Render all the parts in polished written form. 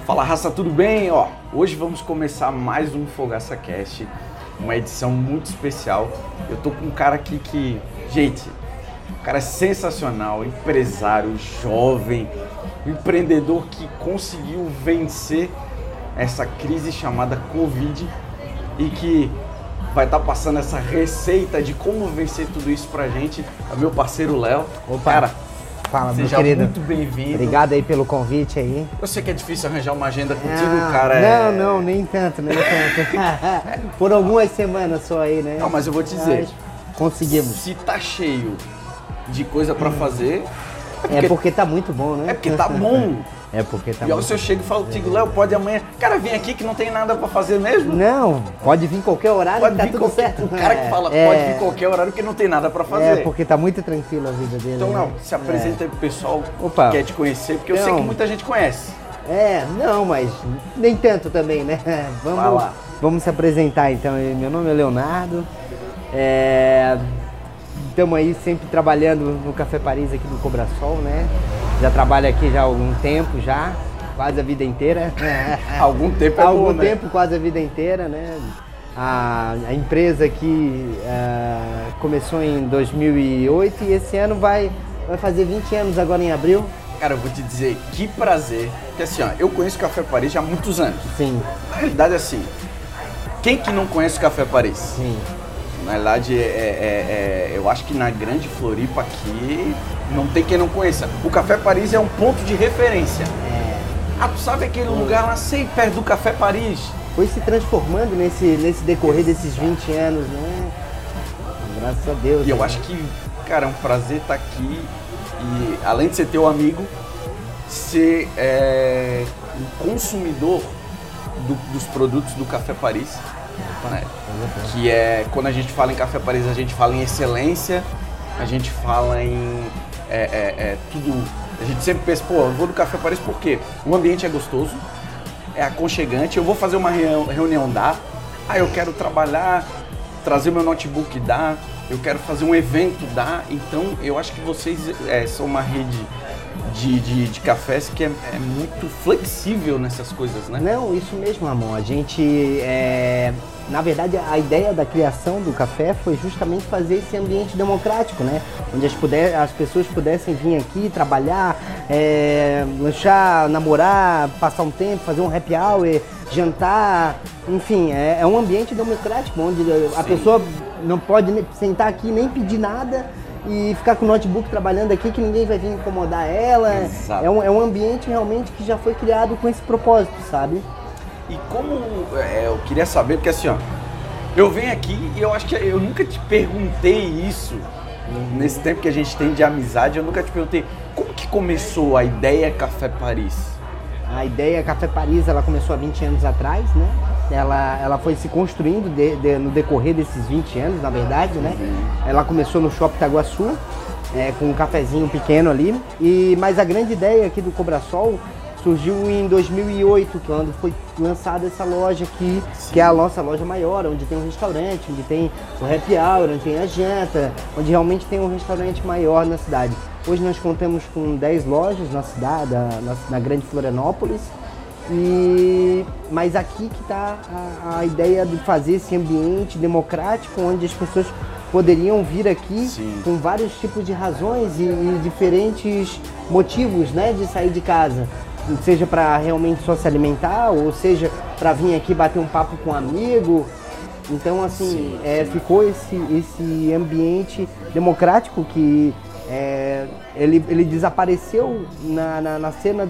Fala, raça, tudo bem? Hoje vamos começar mais um Fogaça Cast, uma edição muito especial. Eu tô com um cara aqui que, gente, o cara é sensacional, empresário, jovem, empreendedor que conseguiu vencer essa crise chamada Covid e que vai estar passando essa receita de como vencer tudo isso pra gente. É meu parceiro Léo. Opa. Cara, fala, meu seja querido. muito bem-vindo. Obrigado aí pelo convite aí. Eu sei que é difícil arranjar uma agenda contigo, cara. Não, nem tanto. Por algumas semanas só aí, né? Não, mas eu vou te dizer. Mas conseguimos. Se tá cheio de coisa pra fazer... É porque tá muito bom, né? É porque tá bom. É porque tá E aí muito se eu chego e falo contigo, Léo, pode amanhã... Cara, vem aqui que não tem nada pra fazer mesmo. Não, pode vir qualquer horário Pode que tá vir tudo qualquer... certo. O cara que fala pode vir qualquer horário porque não tem nada pra fazer. É, porque tá muito tranquilo a vida dele. Então, né? não, se apresenta aí pro pessoal Opa. que quer te conhecer, porque eu sei que muita gente conhece. Não, mas nem tanto também, né? Vai lá. Vamos se apresentar então. Meu nome é Leonardo. Estamos aí sempre trabalhando no Café Paris aqui do Cobrasol, né? Já trabalho aqui já há algum tempo já, quase a vida inteira. Algum tempo é Algum bom, né? tempo, quase a vida inteira, né? A empresa aqui começou em 2008 e esse ano vai fazer 20 anos agora em abril. Cara, eu vou te dizer, que prazer. Porque assim, eu conheço o Café Paris já há muitos anos. Sim. Na realidade, assim, quem que não conhece o Café Paris? Sim. Na verdade, eu acho que na grande Floripa aqui não tem quem não conheça. O Café Paris é um ponto de referência. Tu sabe aquele lugar lá, sei, perto do Café Paris? Foi se transformando nesse decorrer desses 20 anos, né? Graças a Deus. E eu né? acho que, cara, é um prazer estar aqui e, além de ser teu amigo, ser um consumidor dos produtos do Café Paris. Né? Que é, quando a gente fala em Café Paris, a gente fala em excelência, a gente fala em tudo. A gente sempre pensa, eu vou no Café Paris porque o ambiente é gostoso, é aconchegante, eu vou fazer uma reunião eu quero trabalhar, trazer meu notebook eu quero fazer um evento então eu acho que vocês são uma rede de cafés que é muito flexível nessas coisas, né? Não, isso mesmo, amor. A gente, na verdade, a ideia da criação do café foi justamente fazer esse ambiente democrático, né? Onde as pessoas pudessem vir aqui trabalhar, lanchar, namorar, passar um tempo, fazer um happy hour, jantar, enfim, é um ambiente democrático, onde a pessoa não pode sentar aqui nem pedir nada e ficar com o notebook trabalhando aqui que ninguém vai vir incomodar ela. Exato. É um ambiente realmente que já foi criado com esse propósito, sabe? E como eu queria saber, porque assim, eu venho aqui e eu acho que eu nunca te perguntei isso, nesse tempo que a gente tem de amizade, eu nunca te perguntei, como que começou a ideia Café Paris? A ideia Café Paris, ela começou há 20 anos atrás, né? Ela foi se construindo no decorrer desses 20 anos, na verdade, né? Ela começou no Shopping Itaguaçu, com um cafezinho pequeno ali. Mas a grande ideia aqui do Cobrasol surgiu em 2008, quando foi lançada essa loja aqui, que é a nossa loja maior, onde tem um restaurante, onde tem o happy hour, onde tem a janta, onde realmente tem um restaurante maior na cidade. Hoje nós contamos com 10 lojas na cidade, na Grande Florianópolis. Mas aqui que está a ideia de fazer esse ambiente democrático, onde as pessoas poderiam vir aqui com vários tipos de razões e diferentes motivos, né, de sair de casa. Seja para realmente só se alimentar, ou seja para vir aqui bater um papo com um amigo. Então, assim, ficou esse ambiente democrático que ele desapareceu na cena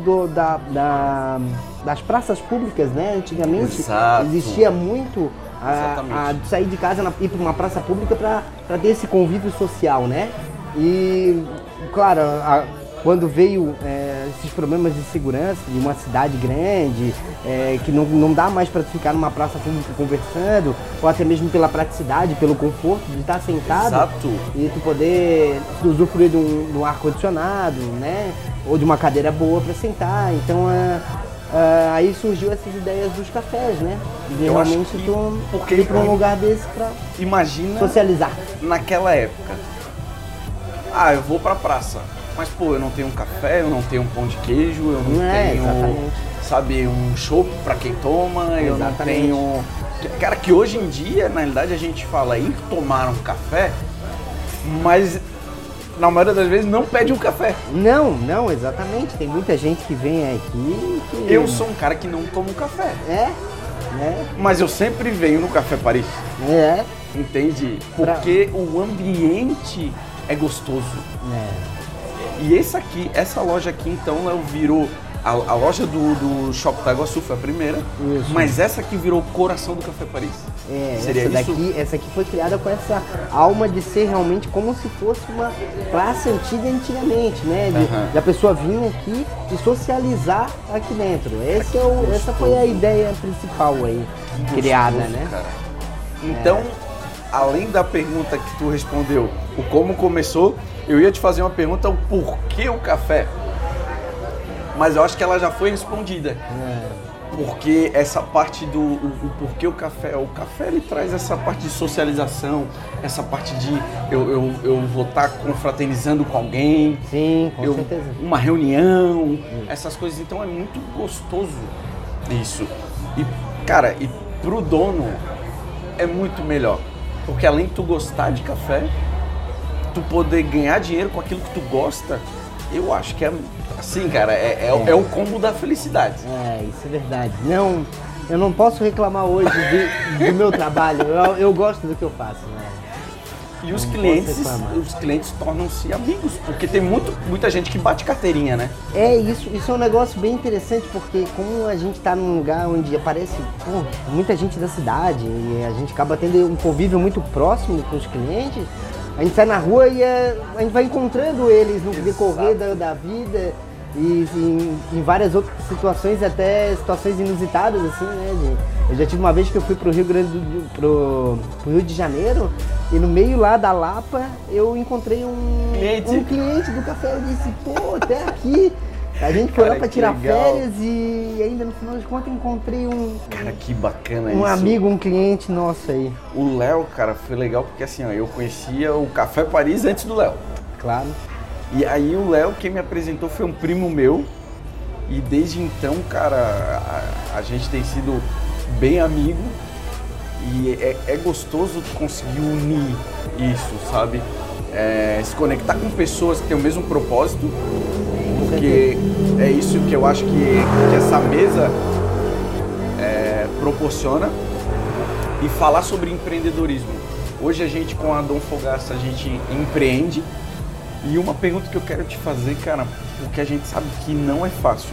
das praças públicas, né? Antigamente existia muito de sair de casa e ir para uma praça pública para ter esse convívio social, né? E, claro, quando veio esses problemas de segurança de uma cidade grande, que não dá mais para ficar numa praça pública conversando, ou até mesmo pela praticidade, pelo conforto de estar sentado. Exato. E tu poder usufruir de um ar-condicionado, né? Ou de uma cadeira boa para sentar. Então, aí surgiu essas ideias dos cafés, né? De realmente tu ir para um lugar desse para socializar. Naquela época, eu vou pra praça. Mas, pô, eu não tenho um café, eu não tenho um pão de queijo, eu não tenho... Exatamente. sabe, um chopp para quem toma, eu não Exatamente. tenho... Cara, que hoje em dia, na realidade, a gente fala ir tomar um café, mas na maioria das vezes não pede um café. Não, exatamente. Tem muita gente que vem aqui que... Eu sou um cara que não tomo café, É, mas eu sempre venho no Café Paris, é, entende? Porque o ambiente é gostoso. é. E essa loja aqui, então, ela virou... A loja do Shopping Itaguaçu foi a primeira, Isso. mas essa aqui virou o coração do Café Paris. Seria Essa aqui foi criada com essa alma de ser realmente como se fosse uma classe antiga antigamente, né? De a pessoa vir aqui e socializar aqui dentro. Essa foi a ideia principal aí, criada, Gostoso, né? cara. Então, além da pergunta que tu respondeu, o como começou, eu ia te fazer uma pergunta, o porquê o café? Mas eu acho que ela já foi respondida. Porque essa parte o porquê o café ele traz essa parte de socialização, essa parte de eu vou estar confraternizando com alguém. Sim, com certeza. Uma reunião, essas coisas. Então é muito gostoso isso. E, cara, e pro dono é muito melhor. Porque além de tu gostar de café, tu poder ganhar dinheiro com aquilo que tu gosta, eu acho que é assim, cara, é o combo da felicidade. Isso é verdade. Não, eu não posso reclamar hoje do meu trabalho. Eu gosto do que eu faço, né? E os clientes tornam-se amigos, porque tem muita gente que bate carteirinha, né? Isso é um negócio bem interessante, porque como a gente está num lugar onde aparece muita gente da cidade e a gente acaba tendo um convívio muito próximo com os clientes, a gente sai na rua e a gente vai encontrando eles no decorrer da vida e em várias outras situações, até situações inusitadas, assim, né? Eu já tive uma vez que eu fui pro pro Rio de Janeiro e no meio lá da Lapa eu encontrei um cliente do café e disse, pô, até aqui. A gente foi lá pra tirar férias e ainda no final de contas encontrei Cara, que bacana isso. Um amigo, um cliente nosso aí. O Léo, cara, foi legal porque assim, ó, eu conhecia o Café Paris antes do Léo. Claro. E aí o Léo, quem me apresentou foi um primo meu. E desde então, cara, a gente tem sido bem amigo. E é gostoso conseguir unir isso, sabe? Se conectar com pessoas que têm o mesmo propósito. Porque é isso que eu acho que essa mesa proporciona. E falar sobre empreendedorismo. Hoje a gente, com a Dom Fogaça, a gente empreende. E uma pergunta que eu quero te fazer, cara, porque a gente sabe que não é fácil.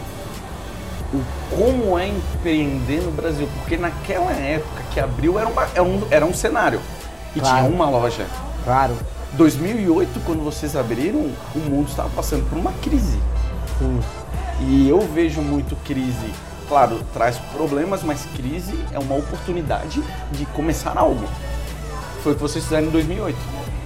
Como é empreender no Brasil? Porque naquela época que abriu era um cenário. E Claro. tinha uma loja. Claro. 2008, quando vocês abriram, o mundo estava passando por uma crise. Sim. E eu vejo muito crise, claro, traz problemas, mas crise é uma oportunidade de começar algo. Foi o que vocês fizeram em 2008.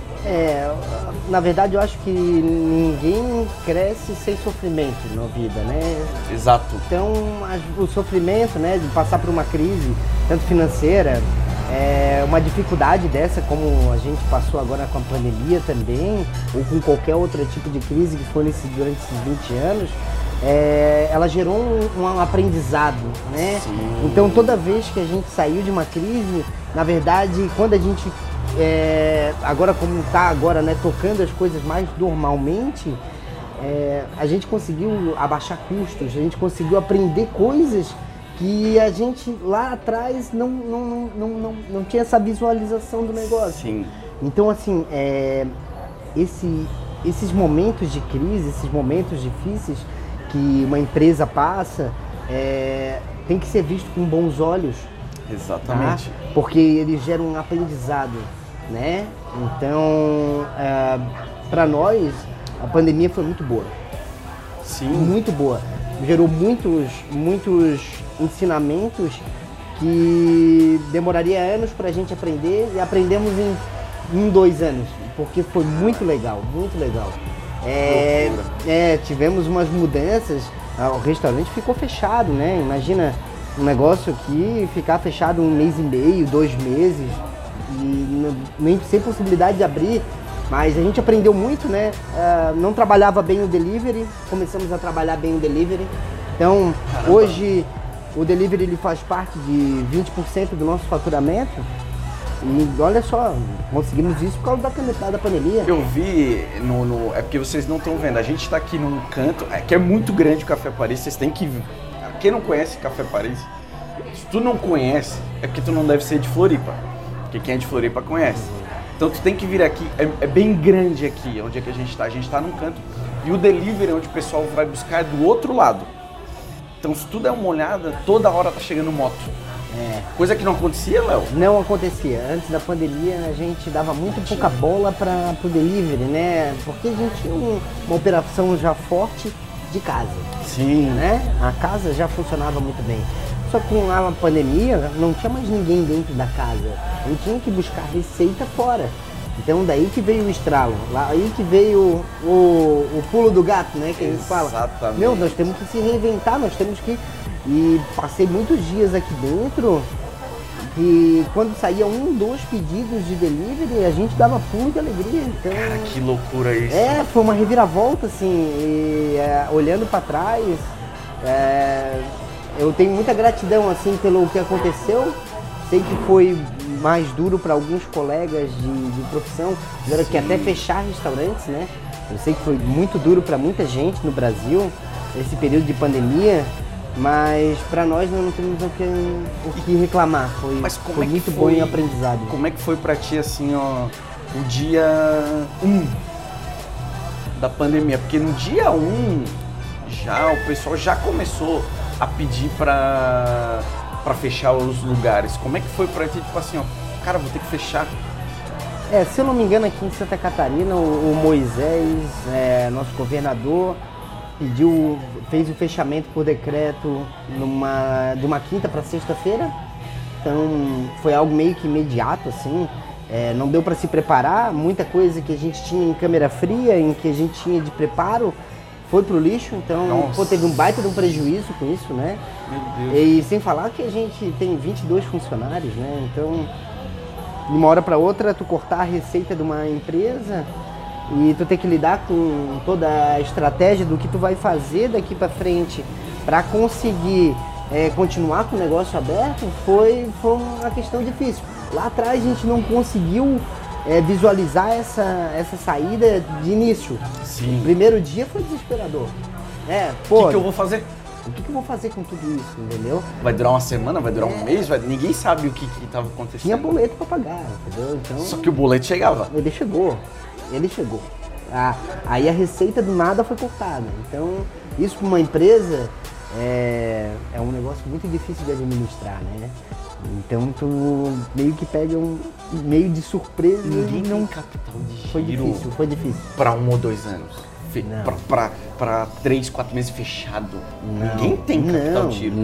Na verdade eu acho que ninguém cresce sem sofrimento na vida, né? Exato. Então o sofrimento, né, de passar por uma crise, tanto financeira, uma dificuldade dessa, como a gente passou agora com a pandemia também, ou com qualquer outro tipo de crise que foi durante esses 20 anos, ela gerou um aprendizado, né? Sim. Então toda vez que a gente saiu de uma crise, na verdade, quando a gente agora como está agora, né, tocando as coisas mais normalmente, a gente conseguiu abaixar custos, a gente conseguiu aprender coisas que a gente lá atrás não tinha essa visualização do negócio. Sim. Então, assim, esses momentos de crise, esses momentos difíceis que uma empresa passa, tem que ser visto com bons olhos. Exatamente. Tá? Porque eles geram um aprendizado, né? Então, para nós, a pandemia foi muito boa. Sim. Muito boa. Gerou muitos ensinamentos que demoraria anos para a gente aprender e aprendemos em 2 anos, porque foi muito legal, muito legal. Tivemos umas mudanças, o restaurante ficou fechado, né? Imagina um negócio aqui ficar fechado 1 mês e meio, 2 meses, e nem sem possibilidade de abrir. Mas a gente aprendeu muito, né? Não trabalhava bem o delivery, começamos a trabalhar bem o delivery. Então, Caramba. hoje o delivery ele faz parte de 20% do nosso faturamento. E olha só, conseguimos isso por causa da pandemia. Eu vi é porque vocês não estão vendo, a gente está aqui num canto, que é muito grande o Café Paris, vocês têm que ver. Quem não conhece Café Paris, se tu não conhece, é porque tu não deve ser de Floripa, porque quem é de Floripa conhece. Então tu tem que vir aqui, é bem grande aqui, onde é que a gente está num canto, e o delivery é onde o pessoal vai buscar do outro lado. Então se tu der uma olhada, toda hora tá chegando moto. Coisa que não acontecia, Léo? Não acontecia. Antes da pandemia, a gente dava muito pouca bola para o delivery, né? Porque a gente tinha uma operação já forte de casa. Sim. Né? A casa já funcionava muito bem. Só que com a pandemia, não tinha mais ninguém dentro da casa. A gente tinha que buscar receita fora. Então daí que veio o estralo, aí que veio o pulo do gato, né? Que a gente fala. Exatamente. Meu, nós temos que se reinventar, nós temos que... E passei muitos dias aqui dentro e quando saía 1, 2 pedidos de delivery, a gente dava pulo de alegria. Então, Cara, que loucura isso. foi uma reviravolta, assim, olhando para trás, eu tenho muita gratidão, assim, pelo que aconteceu. Sei que foi mais duro para alguns colegas de profissão, tiveram que até fechar restaurantes, né? Eu sei que foi muito duro para muita gente no Brasil, esse período de pandemia. Mas para nós não temos o que reclamar, foi muito bom e aprendizado. Como é que foi para ti assim, ó, o dia 1 da pandemia? Porque no dia 1 já o pessoal já começou a pedir para fechar os lugares. Como é que foi para ti, tipo assim, ó, cara, vou ter que fechar? Se eu não me engano, aqui em Santa Catarina, o Moisés, nosso governador, fez o fechamento por decreto de uma quinta para sexta-feira. Então foi algo meio que imediato, assim. Não deu para se preparar. Muita coisa que a gente tinha em câmera fria, em que a gente tinha de preparo, foi pro lixo. Então teve um baita de um prejuízo com isso, né? Meu Deus. E sem falar que a gente tem 22 funcionários, né? Então, de uma hora para outra, tu cortar a receita de uma empresa e tu tem que lidar com toda a estratégia do que tu vai fazer daqui para frente para conseguir continuar com o negócio aberto, foi uma questão difícil. Lá atrás a gente não conseguiu visualizar essa saída de início. Sim. O primeiro dia foi desesperador. O que eu vou fazer? O que eu vou fazer com tudo isso, entendeu? Vai durar uma semana, vai durar um mês, ninguém sabe o que estava acontecendo. Tinha boleto para pagar, entendeu? Então, só que o boleto chegava. Ele chegou. Aí a receita do nada foi cortada. Então, isso para uma empresa é um negócio muito difícil de administrar, né? Então, tu meio que pega meio de surpresa. Ninguém tem capital de giro. Foi difícil. Para 1 ou 2 anos. Para 3, 4 meses fechado. Ninguém tem capital de giro.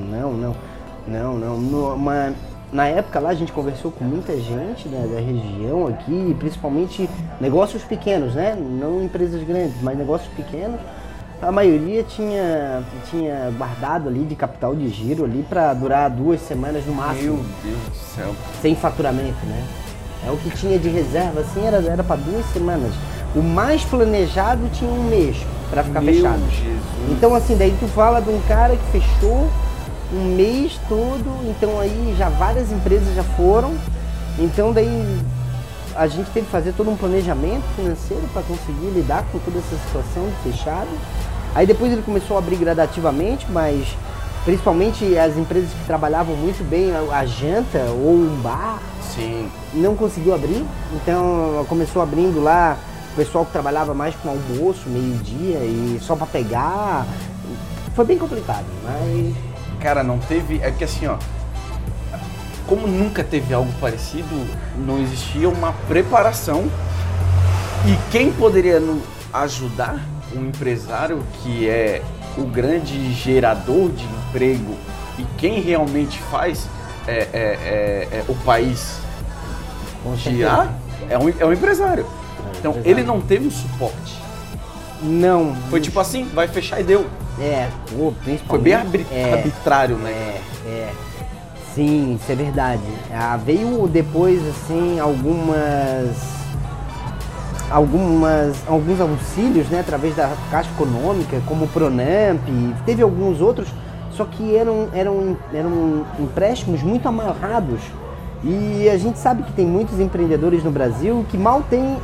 Não. Na época lá a gente conversou com muita gente da região aqui, principalmente negócios pequenos, né? Não empresas grandes, mas negócios pequenos. A maioria tinha guardado ali de capital de giro ali para durar 2 semanas no máximo. Meu Deus do céu. Sem faturamento, né? O que tinha de reserva assim era para 2 semanas. O mais planejado tinha 1 mês para ficar fechado. Jesus. Então assim, daí tu fala de um cara que fechou 1 mês todo, então aí já várias empresas já foram, então daí a gente teve que fazer todo um planejamento financeiro para conseguir lidar com toda essa situação de fechado. Aí depois ele começou a abrir gradativamente, mas principalmente as empresas que trabalhavam muito bem, a janta ou um bar, sim, não conseguiu abrir, então começou abrindo lá o pessoal que trabalhava mais com almoço, meio-dia e só para pegar. Foi bem complicado, mas... Cara, não teve... É que assim, ó, como nunca teve algo parecido, não existia uma preparação. E quem poderia nos ajudar? Um empresário que é o grande gerador de emprego e quem realmente faz o país girar é um empresário. Então ele não teve um suporte. Não. Foi tipo assim, vai fechar e deu. Principalmente. Foi bem arbitrário, né? Sim, isso é verdade. Veio depois, assim, alguns auxílios, né, através da Caixa Econômica, como o Pronamp, teve alguns outros, só que eram empréstimos muito amarrados. E a gente sabe que tem muitos empreendedores no Brasil que mal tem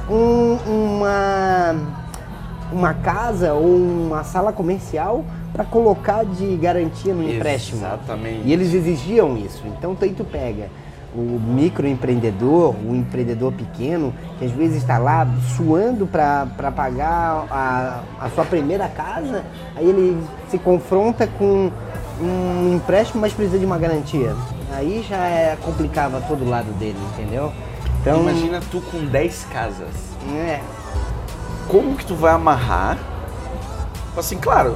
uma casa ou uma sala comercial para colocar de garantia no empréstimo. Exatamente. E eles exigiam isso. Então, aí tu pega o microempreendedor, o empreendedor pequeno, que às vezes está lá suando para pagar a sua primeira casa, aí ele se confronta com um empréstimo, mas precisa de uma garantia. Aí já complicava todo lado dele, entendeu? Então, imagina tu com 10 casas. É. Como que tu vai amarrar? Assim, claro,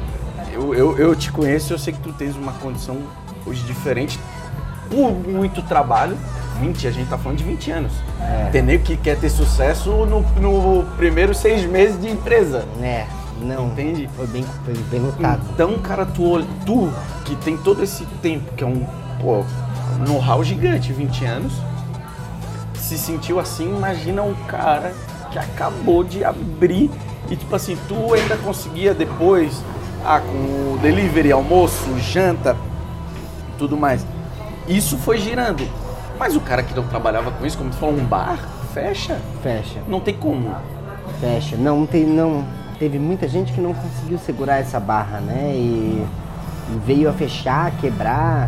eu te conheço, eu sei que tu tens uma condição hoje diferente por muito trabalho. A gente tá falando de 20 anos. Tem nego que quer ter sucesso no primeiro 6 meses de empresa. Não. Entende? Foi bem lutado. Então, cara, tu que tem todo esse tempo, que é um know-how gigante, 20 anos, se sentiu assim, imagina um cara que acabou de abrir e tipo assim, tu ainda conseguia depois, com o delivery, almoço, janta, tudo mais. Isso foi girando. Mas o cara que não trabalhava com isso, como tu falou, um bar, fecha. Não tem como. Fecha. Teve muita gente que não conseguiu segurar essa barra, né? E veio a fechar, quebrar.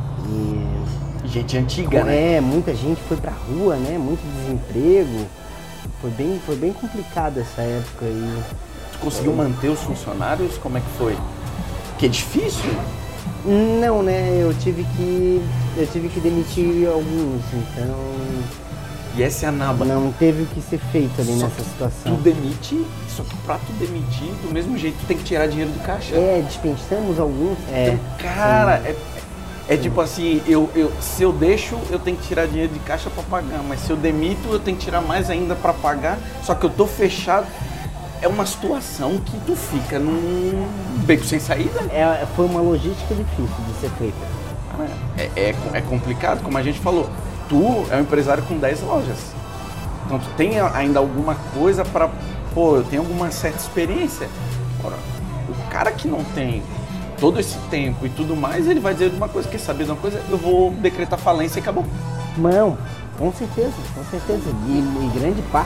Gente antiga, né? Muita gente foi pra rua, né? Muito desemprego. Foi bem complicado essa época aí. Tu conseguiu manter os funcionários? Como é que foi? Que é difícil? Não, né? Eu tive que demitir alguns, então... E essa é a naba. Não teve o que ser feito ali nessa situação. Tu demite, só que pra tu demitir, do mesmo jeito, tu tem que tirar dinheiro do caixa. Dispensamos alguns. Então, cara, é tipo assim, se eu deixo, eu tenho que tirar dinheiro de caixa pra pagar, mas se eu demito, eu tenho que tirar mais ainda pra pagar, só que eu tô fechado. É uma situação que tu fica num beco sem saída. Foi uma logística difícil de ser feita. É complicado, como a gente falou. Tu é um empresário com 10 lojas. Então tu tem ainda alguma coisa pra... eu tenho alguma certa experiência. Agora, o cara que não tem todo esse tempo e tudo mais, ele vai dizer uma coisa, quer saber de uma coisa? Eu vou decretar falência e acabou. Não, com certeza. E grande parte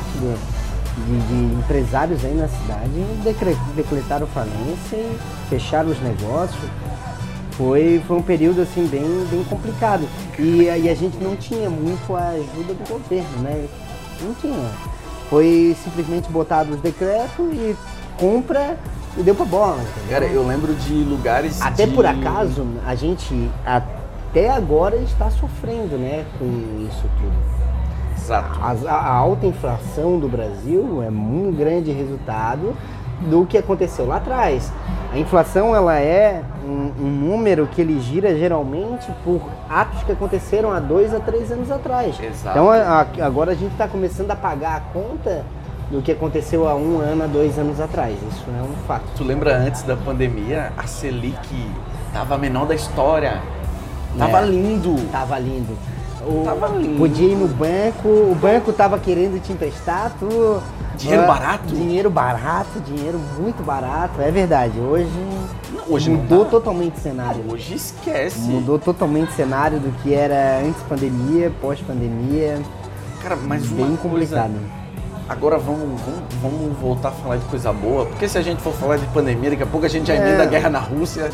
de empresários aí na cidade decretaram falência e fecharam os negócios. Foi um período assim bem complicado. E a gente não tinha muito a ajuda do governo, né? Não tinha. Foi simplesmente botado os decretos e compra e deu pra bola. Entendeu? Cara, eu lembro de lugares Até por acaso, a gente até agora está sofrendo, né, com isso tudo. Exato. A alta inflação do Brasil é um grande resultado do que aconteceu lá atrás. A inflação, ela é um número que ele gira geralmente por atos que aconteceram há 2 a 3 anos atrás. Exato. Então agora a gente está começando a pagar a conta do que aconteceu há 1 ano, há 2 anos atrás. Isso é um fato. Tu lembra antes da pandemia, a Selic tava a menor da história. Tava lindo. Tava lindo. Tava lindo. Podia ir no banco, o banco tava querendo te emprestar, Dinheiro barato? Dinheiro barato, dinheiro muito barato, é verdade. Hoje mudou totalmente o cenário. Hoje esquece. Mudou totalmente o cenário do que era antes pandemia, pós-pandemia. Cara, mas bem uma complicado. Coisa, agora vamos voltar a falar de coisa boa, porque se a gente for falar de pandemia, daqui a pouco a gente já emenda a guerra na Rússia.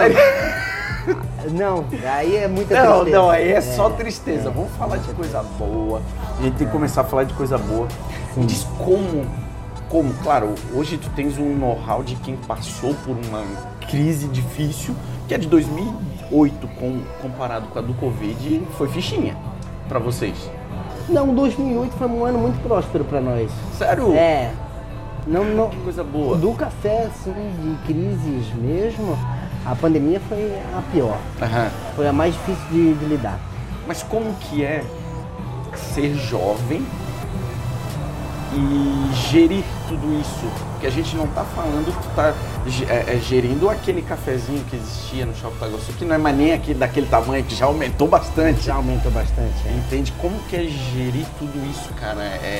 Não, aí é muita tristeza. Não, aí é só tristeza. Vamos falar de coisa boa. A gente tem que começar a falar de coisa boa. Sim. Diz como, claro, hoje tu tens um know-how de quem passou por uma crise difícil, que é de 2008, comparado com a do Covid, foi fichinha pra vocês. Não, 2008 foi um ano muito próspero pra nós. Sério? Não, que coisa boa. Do café, assim, de crises mesmo, a pandemia foi a pior. Foi a mais difícil de lidar. Mas como que é ser jovem e gerir tudo isso? porque a gente não tá falando que tu tá gerindo aquele cafezinho que existia no Shopping Itaguaçu, que não é mais nem daquele tamanho, que já aumentou bastante. Já aumentou bastante, Entende? Como que é gerir tudo isso, cara?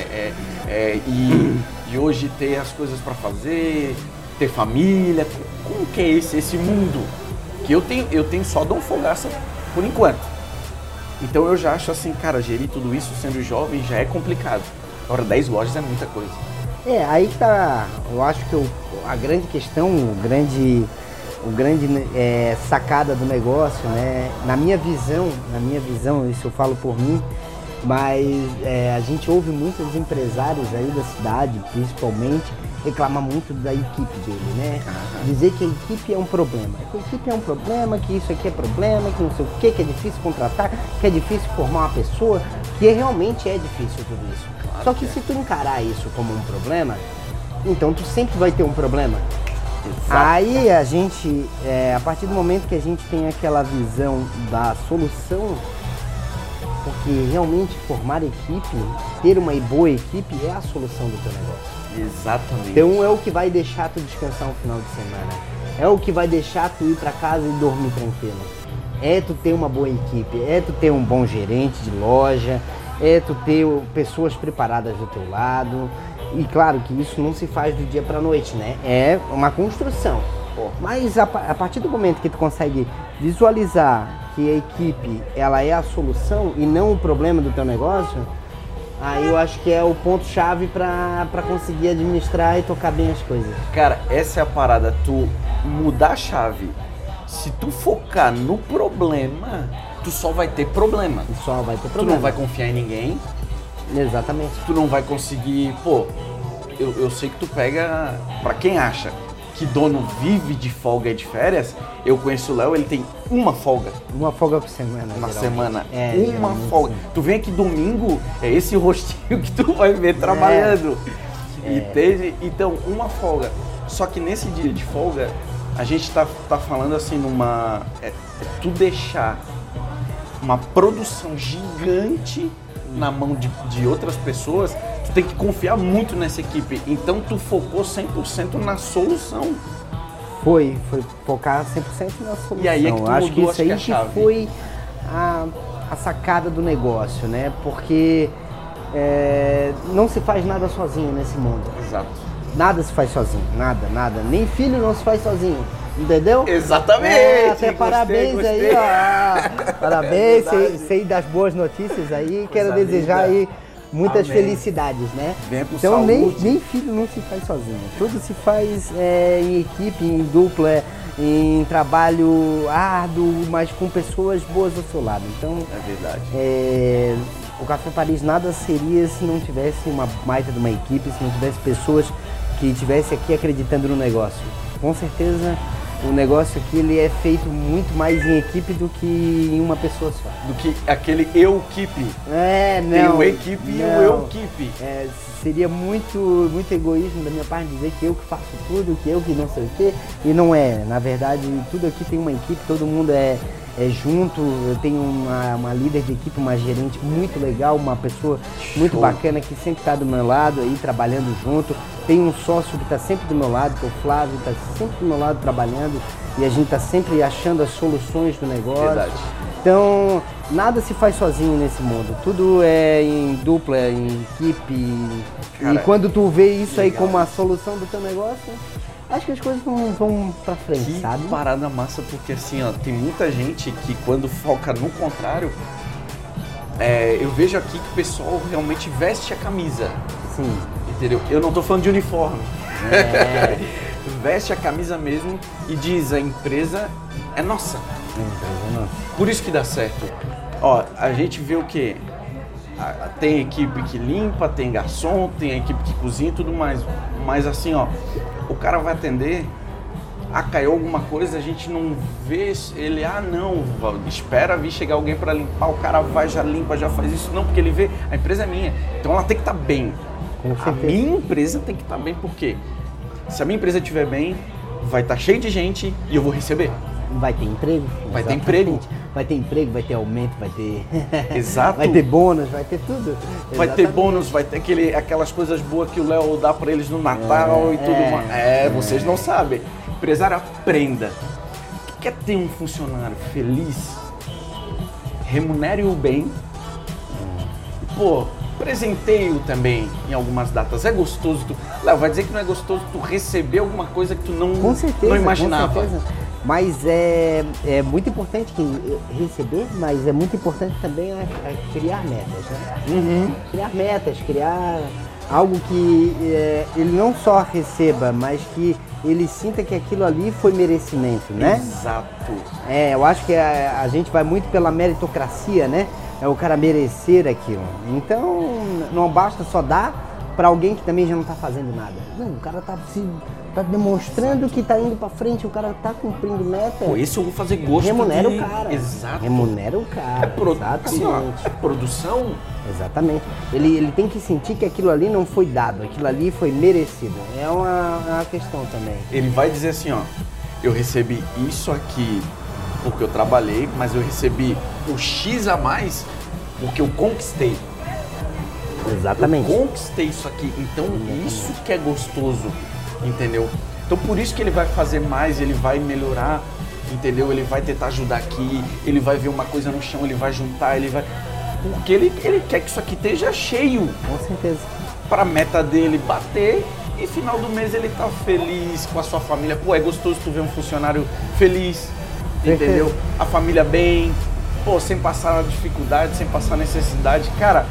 E hoje ter as coisas para fazer, ter família, como que é esse mundo? Que eu tenho só Dom Fogaça por enquanto. Então eu já acho assim, cara, gerir tudo isso sendo jovem já é complicado. Agora 10 lojas é muita coisa. Aí que tá, eu acho que a grande questão, o grande sacada do negócio, né? Na minha visão, isso eu falo por mim, mas a gente ouve muitos empresários aí da cidade, principalmente, reclamar muito da equipe dele, né? Dizer que a equipe é um problema. Que a equipe é um problema, que isso aqui é problema, que não sei o que é difícil contratar, que é difícil formar uma pessoa, que realmente é difícil tudo isso. Claro. Só que se tu encarar isso como um problema, então tu sempre vai ter um problema. Exato. Aí a gente, a partir do momento que a gente tem aquela visão da solução, porque realmente formar equipe, ter uma boa equipe é a solução do teu negócio. Exatamente. Então é o que vai deixar tu descansar um final de semana. É o que vai deixar tu ir para casa e dormir tranquilo. É tu ter uma boa equipe, é tu ter um bom gerente de loja, é tu ter pessoas preparadas do teu lado. E claro que isso não se faz do dia para noite, né? É uma construção. Mas a partir do momento que tu consegue visualizar que a equipe ela é a solução e não o problema do teu negócio, aí eu acho que é o ponto-chave para conseguir administrar e tocar bem as coisas. Cara, essa é a parada, tu mudar a chave. Se tu focar no problema, tu só vai ter problema. Tu não vai confiar em ninguém. Exatamente. Tu não vai conseguir, eu sei que tu pega, pra quem acha que dono vive de folga e de férias, eu conheço o Léo, ele tem uma folga. Uma folga por semana. Uma semana. Uma folga. Sim. Tu vem aqui domingo, é esse rostinho que tu vai ver trabalhando. Entende? Então, uma folga. Só que nesse dia de folga, a gente tá falando assim numa... tu deixar uma produção gigante na mão de outras pessoas, tu tem que confiar muito nessa equipe. Então tu focou 100% na solução. Foi focar 100% na solução. E aí é que tu acho mudou, que isso aí que foi a sacada do negócio, né? Porque não se faz nada sozinho nesse mundo. Exato. Nada se faz sozinho, nada. Nem filho não se faz sozinho. Entendeu? Exatamente! Até parabéns gostei. Aí, ó. Parabéns, sei das boas notícias aí. Quero desejar aí muitas felicidades, né? Venha com então saúde. nem filho não se faz sozinho. Tudo se faz em equipe, em dupla, em trabalho árduo, mas com pessoas boas ao seu lado. Então, é verdade. O Café Paris nada seria se não tivesse uma baita de uma equipe, se não tivesse pessoas que estivessem aqui acreditando no negócio. Com certeza o negócio aqui ele é feito muito mais em equipe do que em uma pessoa só. Do que aquele eu-keep. Não. Tem o equipe e o eu-keep. Seria muito egoísmo da minha parte dizer que eu que faço tudo, que eu que não sei o quê. E não é. Na verdade, tudo aqui tem uma equipe, todo mundo é junto. Eu tenho uma líder de equipe, uma gerente muito legal, uma pessoa muito bacana que sempre está do meu lado aí, trabalhando junto. Tem um sócio que está sempre do meu lado, que é o Flávio, está sempre do meu lado trabalhando e a gente está sempre achando as soluções do negócio. Verdade. Então, nada se faz sozinho nesse mundo. Tudo é em dupla, em equipe. Cara, e quando tu vê isso aí como a solução do teu negócio, acho que as coisas vão pra frente, sabe? Que parada massa, porque assim, ó, tem muita gente que quando foca no contrário, eu vejo aqui que o pessoal realmente veste a camisa. Sim. Entendeu? Eu não tô falando de uniforme. Veste a camisa mesmo e diz, a empresa é nossa. Por isso que dá certo. Ó, a gente vê o quê? Tem equipe que limpa, tem garçom, tem a equipe que cozinha e tudo mais. Mas assim, ó, o cara vai atender, caiu alguma coisa, a gente não vê ele, não, espera vir chegar alguém para limpar, o cara vai, já limpa, já faz isso. Não, porque ele vê, a empresa é minha, então ela tem que estar bem. A minha empresa tem que estar bem, porque se a minha empresa estiver bem, vai estar cheio de gente e eu vou receber. Vai ter emprego. Vai ter emprego. vai ter emprego, vai ter aumento, vai ter... Exato. Vai ter bônus, vai ter tudo. Vai ter bônus, vai ter aquelas coisas boas que o Léo dá pra eles no Natal e tudo mais. Vocês não sabem. Empresário, aprenda. O que é ter um funcionário feliz? Remunere-o bem. Pô, presenteie-o também em algumas datas. É gostoso Léo, vai dizer que não é gostoso tu receber alguma coisa que tu não imaginava. Com certeza. Mas é muito importante receber, mas é muito importante também criar metas, né? Criar metas, criar algo que ele não só receba, mas que ele sinta que aquilo ali foi merecimento, né? Exato. Eu acho que a gente vai muito pela meritocracia, né? É o cara merecer aquilo. Então, não basta só dar para alguém que também já não está fazendo nada. Não, o cara tá demonstrando que tá indo para frente, o cara tá cumprindo meta. Pô, esse eu vou fazer gosto. Remunera o cara. Exato. Remunera o cara. Exatamente. Assim, ó, é produção. Exatamente. Ele tem que sentir que aquilo ali não foi dado, aquilo ali foi merecido. É uma questão também. Ele vai dizer assim, ó, eu recebi isso aqui porque eu trabalhei, mas eu recebi o X a mais porque eu conquistei. Exatamente. Eu conquistei isso aqui, então isso que é gostoso, entendeu? Então por isso que ele vai fazer mais, ele vai melhorar, entendeu? Ele vai tentar ajudar aqui, ele vai ver uma coisa no chão, ele vai juntar, ele vai... Porque ele quer que isso aqui esteja cheio. Com certeza. Para a meta dele bater e final do mês ele tá feliz com a sua família. Pô, é gostoso tu ver um funcionário feliz, entendeu? A família bem, pô, sem passar dificuldade, sem passar necessidade. Cara,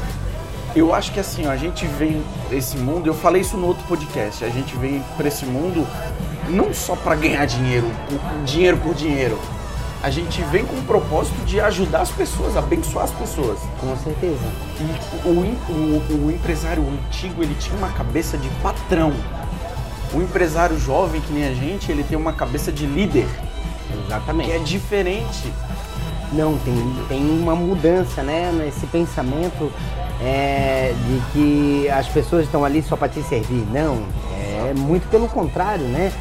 eu acho que assim, ó, a gente vem esse mundo, eu falei isso no outro podcast, a gente vem para esse mundo não só para ganhar dinheiro por dinheiro. A gente vem com o propósito de ajudar as pessoas, abençoar as pessoas. Com certeza. E o empresário antigo, ele tinha uma cabeça de patrão. O empresário jovem, que nem a gente, ele tem uma cabeça de líder. Exatamente. Que é diferente. Não, tem uma mudança, né, nesse pensamento de que as pessoas estão ali só para te servir. Não, é muito pelo contrário, né?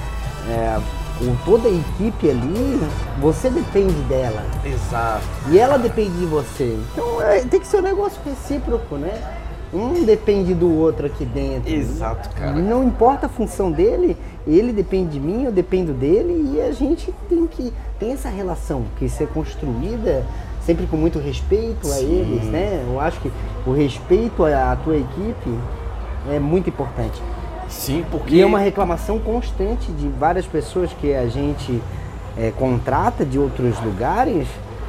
Toda a equipe ali, você depende dela. Exato. E ela depende de você. Então tem que ser um negócio recíproco, né? Um depende do outro aqui dentro. Exato, cara. Não importa a função dele, ele depende de mim, eu dependo dele, e a gente tem essa relação que ser construída sempre com muito respeito a eles, né? Eu acho que o respeito à tua equipe é muito importante. Sim, porque... E é uma reclamação constante de várias pessoas que a gente contrata de outros lugares,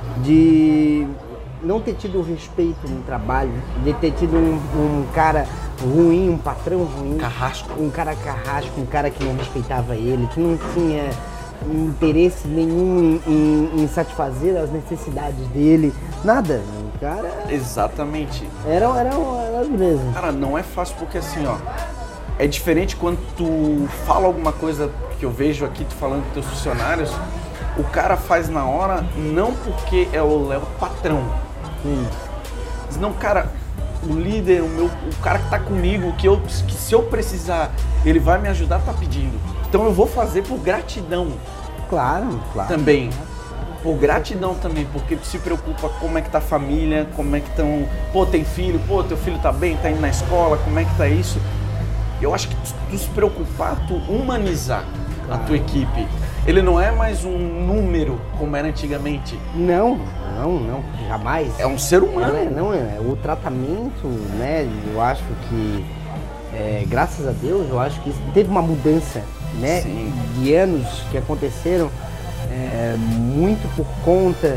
de não ter tido respeito no trabalho, de ter tido um cara ruim, um patrão ruim. Carrasco. Um cara carrasco, um cara que não respeitava ele, que não tinha interesse nenhum em satisfazer as necessidades dele. Nada. O cara... Exatamente. Era beleza. Cara, não é fácil porque assim, ó... É diferente quando tu fala alguma coisa que eu vejo aqui, tu falando com teus funcionários, o cara faz na hora, não porque é o patrão. Mas não, cara, o líder, o cara que tá comigo, que se eu precisar, ele vai me ajudar, tá pedindo. Então eu vou fazer por gratidão. Claro. Também. Por gratidão também, porque tu se preocupa como é que tá a família, como é que estão... Pô, tem filho, pô, teu filho tá bem, tá indo na escola, como é que tá isso? Eu acho que tu se preocupar, tu humanizar a tua equipe. Ele não é mais um número como era antigamente. Não, jamais. É um ser humano. O tratamento, né, eu acho que, graças a Deus, eu acho que teve uma mudança, né, de anos que aconteceram muito por conta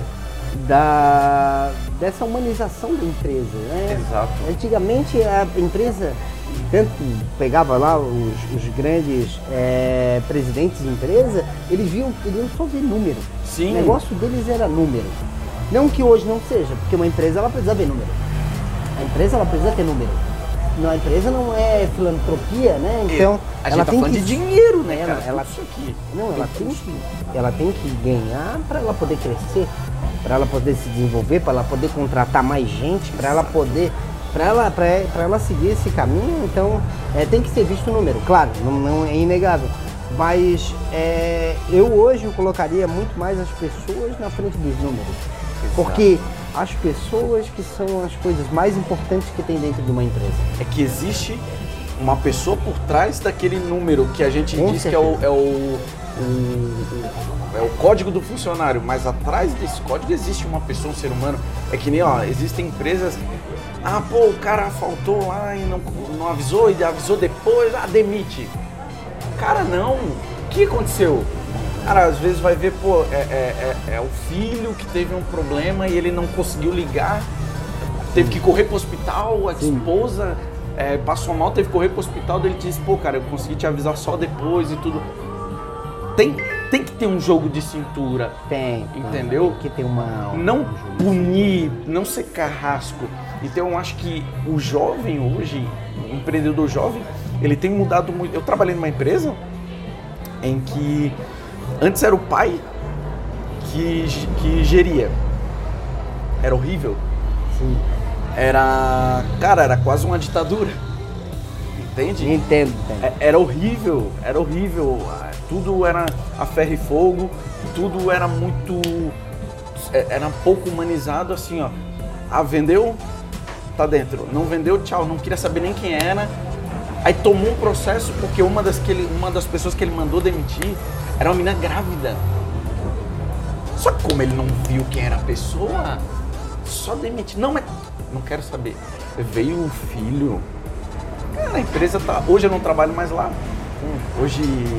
dessa humanização da empresa, né? Exato. Antigamente a empresa... Tanto pegava lá os grandes presidentes de empresa, eles queriam só ver número. Sim. O negócio deles era número. Não que hoje não seja, porque uma empresa ela precisa ver número. A empresa ela precisa ter número. A empresa não é filantropia, né? Então ela tem que... de dinheiro, né, cara? Ela tem que ganhar para ela poder crescer, para ela poder se desenvolver, para ela poder contratar mais gente, para ela poder... Para ela seguir esse caminho, então tem que ser visto o número, claro, não é inegável. Mas eu hoje colocaria muito mais as pessoas na frente dos números. Exato. Porque as pessoas que são as coisas mais importantes que tem dentro de uma empresa. É que existe uma pessoa por trás daquele número que a gente Com diz certeza. que é o código do funcionário, mas atrás desse código existe uma pessoa, um ser humano. É que nem, existem empresas, o cara faltou lá e não avisou, e avisou depois, demite. Cara, não. O que aconteceu? Cara, às vezes vai ver, é o filho que teve um problema e ele não conseguiu ligar, teve que correr pro hospital, a esposa passou mal, teve que correr pro hospital, daí ele disse, cara, eu consegui te avisar só depois e tudo. Tem que ter um jogo de cintura. Entendeu? Tem que ter não punir, não ser carrasco. Então eu acho que o jovem hoje, o empreendedor jovem, ele tem mudado muito. Eu trabalhei numa empresa em que antes era o pai que geria. Era horrível. Sim. Era quase uma ditadura. Entende? Entendo. Era horrível. Tudo era a ferro e fogo, tudo era muito... Era pouco humanizado, assim, vendeu, tá dentro. Não vendeu, tchau. Não queria saber nem quem era. Aí tomou um processo porque uma das pessoas que ele mandou demitir era uma menina grávida. Só que como ele não viu quem era a pessoa, só demitiu. Não, mas não quero saber. Veio o filho. Cara, a empresa tá... Hoje eu não trabalho mais lá. Hoje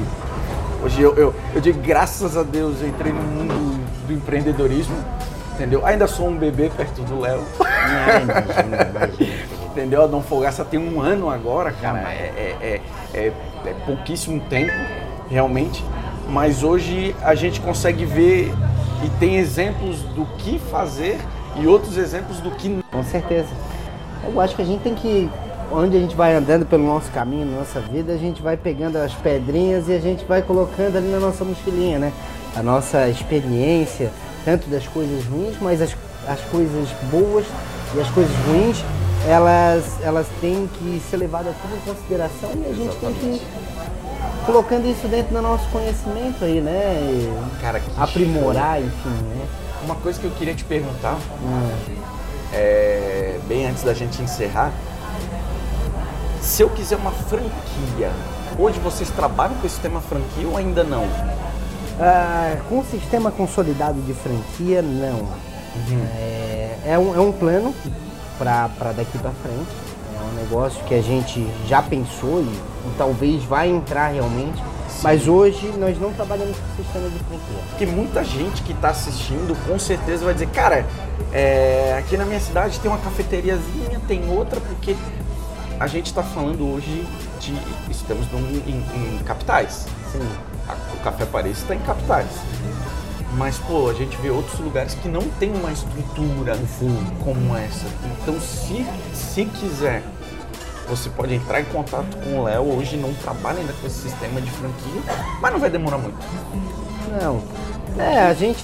eu digo, graças a Deus, eu entrei no mundo do empreendedorismo, entendeu? Ainda sou um bebê perto do Léo. Imagina. Entendeu? A Dom Fogaça tem 1 ano agora, cara. É pouquíssimo tempo, realmente. Mas hoje a gente consegue ver e tem exemplos do que fazer e outros exemplos do que não. Com certeza. Eu acho que a gente tem que... Onde a gente vai andando pelo nosso caminho, na nossa vida, a gente vai pegando as pedrinhas e a gente vai colocando ali na nossa mochilinha, né? A nossa experiência, tanto das coisas ruins, mas as coisas boas e as coisas ruins, elas têm que ser levadas tudo em consideração e a gente tem que ir colocando isso dentro do nosso conhecimento aí, né? E Cara, que aprimorar, show. enfim, né? Uma coisa que eu queria te perguntar, bem antes da gente encerrar, se eu quiser uma franquia, hoje vocês trabalham com esse sistema franquia ou ainda não? Com o sistema consolidado de franquia, não. É um plano para daqui para frente. É um negócio que a gente já pensou e talvez vai entrar realmente. Sim. Mas hoje nós não trabalhamos com sistema de franquia. Porque muita gente que está assistindo com certeza vai dizer, cara, aqui na minha cidade tem uma cafeteriazinha, tem outra, porque a gente está falando hoje estamos em capitais. Sim. O Café Paris está em capitais. Mas, a gente vê outros lugares que não tem uma estrutura como essa. Então, se quiser, você pode entrar em contato com o Léo. Hoje não trabalha ainda com esse sistema de franquia, mas não vai demorar muito. Não. A gente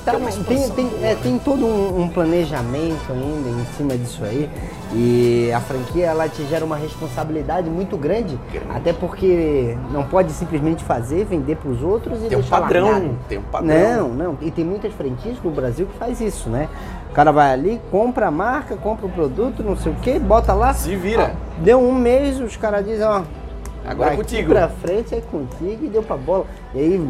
tem todo um planejamento ainda em cima disso aí. E a franquia, ela te gera uma responsabilidade muito grande. Até porque não pode simplesmente vender para os outros e deixar largado. Tem um padrão. Não. E tem muitas franquias no Brasil que faz isso, né? O cara vai ali, compra a marca, compra o produto, não sei o quê, bota lá. Se vira. Deu 1 mês, os caras dizem, agora é contigo. Pra frente é contigo e deu pra bola. E aí...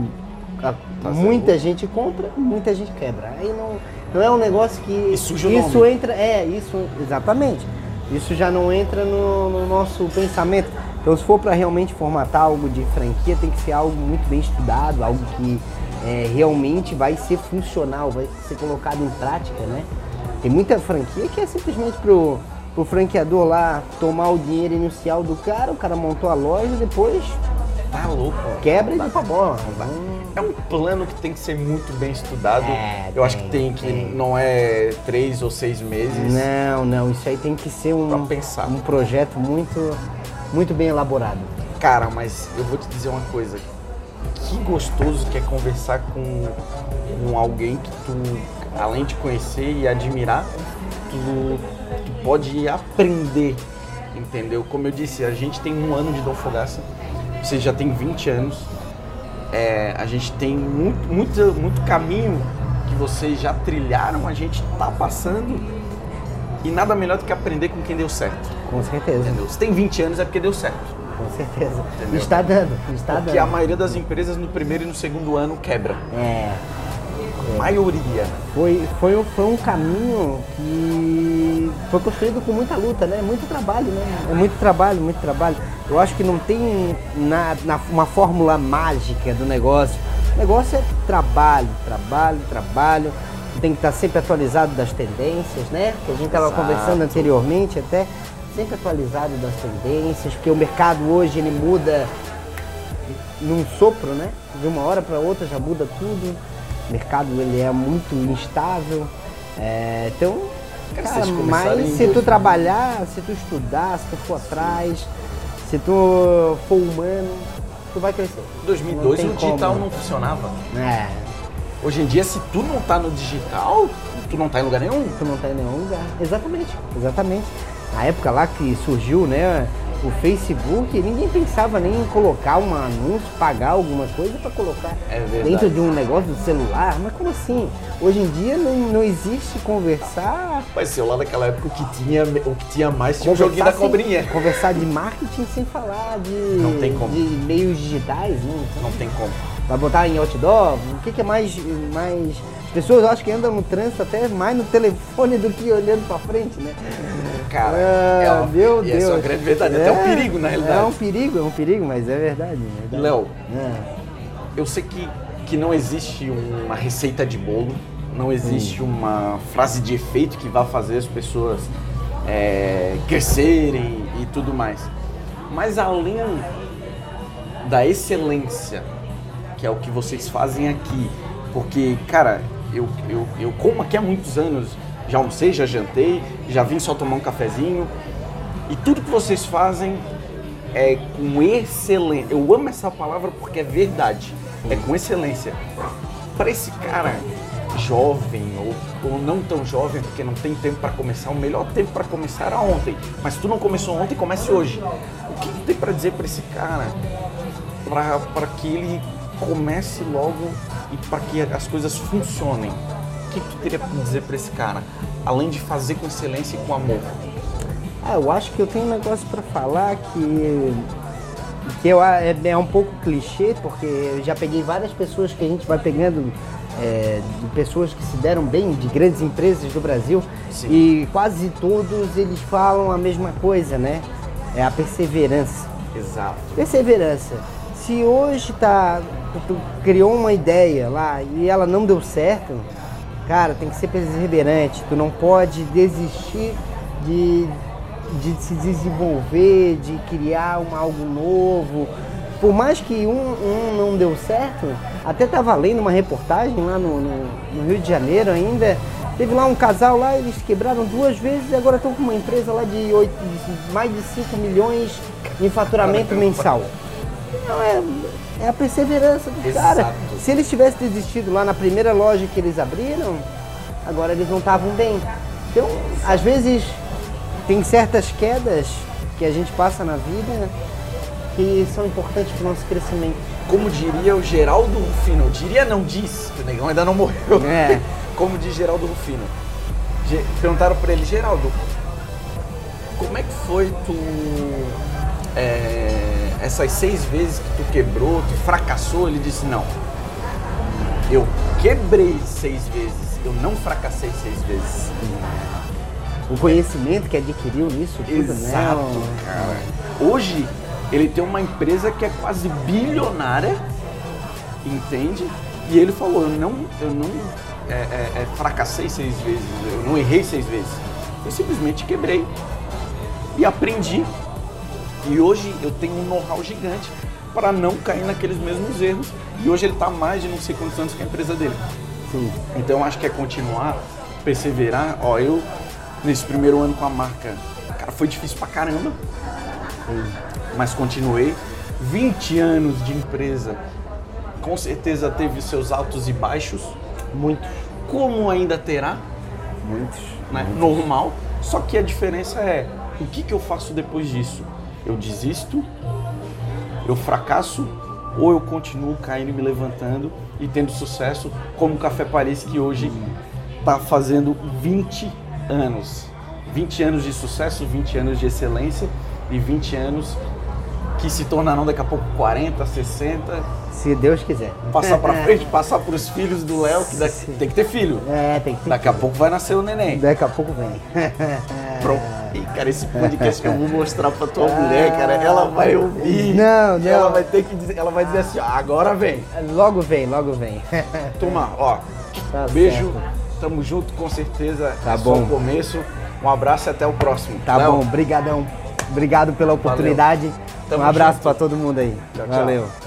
muita gente compra, muita gente quebra. Aí não é um negócio que... E suja o nome. Entra... exatamente. Isso já não entra no nosso pensamento. Então, se for para realmente formatar algo de franquia, tem que ser algo muito bem estudado, algo que realmente vai ser funcional, vai ser colocado em prática, né? Tem muita franquia que é simplesmente pro franqueador lá tomar o dinheiro inicial do cara, o cara montou a loja, depois... Tá louco. Quebra e dá pra bola. É um plano que tem que ser muito bem estudado. Eu acho que tem. Não é 3 ou 6 meses. Não. Isso aí tem que ser um projeto muito, muito bem elaborado. Cara, mas eu vou te dizer uma coisa. Que gostoso que é conversar com alguém que tu, além de conhecer e admirar, tu pode aprender, entendeu? Como eu disse, a gente tem 1 ano de Dom Fogaça. Você já tem 20 anos. a gente tem muito caminho que vocês já trilharam, a gente tá passando, e nada melhor do que aprender com quem deu certo. Com certeza. Entendeu? Se tem 20 anos é porque deu certo. Com certeza. Entendeu? Está dando. Porque a maioria das empresas no primeiro e no segundo ano quebra. A maioria. Foi um caminho que foi construído com muita luta, né? Muito trabalho, né? É muito trabalho. Eu acho que não tem uma fórmula mágica do negócio. O negócio é trabalho. Tem que estar sempre atualizado das tendências, né? Que a gente estava conversando anteriormente até. Sempre atualizado das tendências, porque o mercado hoje ele muda num sopro, né? De uma hora para outra já muda tudo. O mercado ele é muito instável. Então, cara, mas se tu trabalhar, se tu estudar, se tu for atrás, se tu for humano, tu vai crescer. Em 2002 o digital não funcionava. Hoje em dia, se tu não tá no digital, tu não tá em lugar nenhum. Tu não tá em nenhum lugar. Exatamente. Na época lá que surgiu, né, o Facebook, ninguém pensava nem em colocar um anúncio, pagar alguma coisa para colocar dentro de um negócio do celular. Mas como assim? Hoje em dia não existe conversar. Mas sei lá, naquela época o que tinha mais tinha o joguinho da cobrinha. Conversar de marketing sem falar não tem como. De meios digitais, né? Não tem como. Vai botar em outdoor? O que é mais... As pessoas acho que andam no trânsito até mais no telefone do que olhando pra frente, né? Cara, meu Deus. Essa é uma grande verdade, até um perigo na realidade. É um perigo, mas é verdade. Léo, eu sei que não existe uma receita de bolo, não existe uma frase de efeito que vá fazer as pessoas crescerem e tudo mais. Mas além da excelência, que é o que vocês fazem aqui, porque, cara, eu como aqui há muitos anos, já almocei, já jantei, já vim só tomar um cafezinho, e tudo que vocês fazem é com excelência. Eu amo essa palavra porque é verdade, é com excelência. Para esse cara jovem ou não tão jovem, porque não tem tempo para começar, o melhor tempo para começar era ontem, mas tu não começou ontem, comece hoje. O que tu tem para dizer para esse cara, para que ele comece logo e para que as coisas funcionem? O que tu teria para dizer para esse cara, além de fazer com excelência e com amor? Eu acho que eu tenho um negócio para falar que é um pouco clichê, porque eu já peguei várias pessoas que a gente vai pegando, de pessoas que se deram bem, de grandes empresas do Brasil. Sim. E quase todos eles falam a mesma coisa, né? É a perseverança. Exato. Perseverança. Se hoje tu criou uma ideia lá e ela não deu certo, cara, tem que ser perseverante. Tu não pode desistir de se desenvolver, de criar algo novo. Por mais que um não deu certo, até estava lendo uma reportagem lá no Rio de Janeiro ainda, teve lá um casal lá, eles quebraram 2 vezes e agora estão com uma empresa lá de mais de 5 milhões em faturamento mensal. Não, é a perseverança do cara. Se eles tivessem desistido lá na primeira loja que eles abriram, agora eles não estavam bem. Então, às vezes, tem certas quedas que a gente passa na vida que são importantes para o nosso crescimento. Como diria o Geraldo Rufino, diria não diz, que o negão ainda não morreu. Como diz Geraldo Rufino. Perguntaram para ele, Geraldo, como é que foi essas 6 vezes que tu quebrou, tu fracassou? Ele disse, não, eu quebrei 6 vezes, eu não fracassei 6 vezes. O conhecimento que adquiriu nisso tudo, exato, né? Cara. Hoje, ele tem uma empresa que é quase bilionária, entende? E ele falou, eu não fracassei 6 vezes, eu não errei 6 vezes. Eu simplesmente quebrei e aprendi. E hoje eu tenho um know-how gigante para não cair naqueles mesmos erros. E hoje ele está mais de não sei quantos anos que a empresa dele. Sim. Então eu acho que é continuar, perseverar. Eu, nesse primeiro ano com a marca, cara, foi difícil pra caramba. Sim. Mas continuei. 20 anos de empresa, com certeza teve seus altos e baixos. Muitos. Como ainda terá. Muitos. Né? Muitos. Normal. Só que a diferença é, o que eu faço depois disso? Eu desisto, eu fracasso ou eu continuo caindo e me levantando e tendo sucesso como o Café Paris, que hoje está fazendo 20 anos. 20 anos de sucesso, 20 anos de excelência e 20 anos que se tornarão daqui a pouco 40, 60. Se Deus quiser. Passar pra frente, passar pros filhos do Léo, que tem que ter filho. Tem que ter Daqui a pouco vai nascer o neném. Daqui a pouco vem. Pronto. E, cara, esse podcast que eu vou mostrar pra tua mulher, cara, ela vai ouvir. Não. Ela vai ter que dizer, ela vai dizer assim, ó, agora vem. Logo vem. Turma, ó, Tá beijo, certo. tamo junto com certeza. Tá É só bom. o começo. Um abraço e até o próximo. Tá Léo, bom, brigadão. Obrigado pela oportunidade. Tamo Um abraço junto. pra todo mundo aí. Tchau, tchau. Valeu.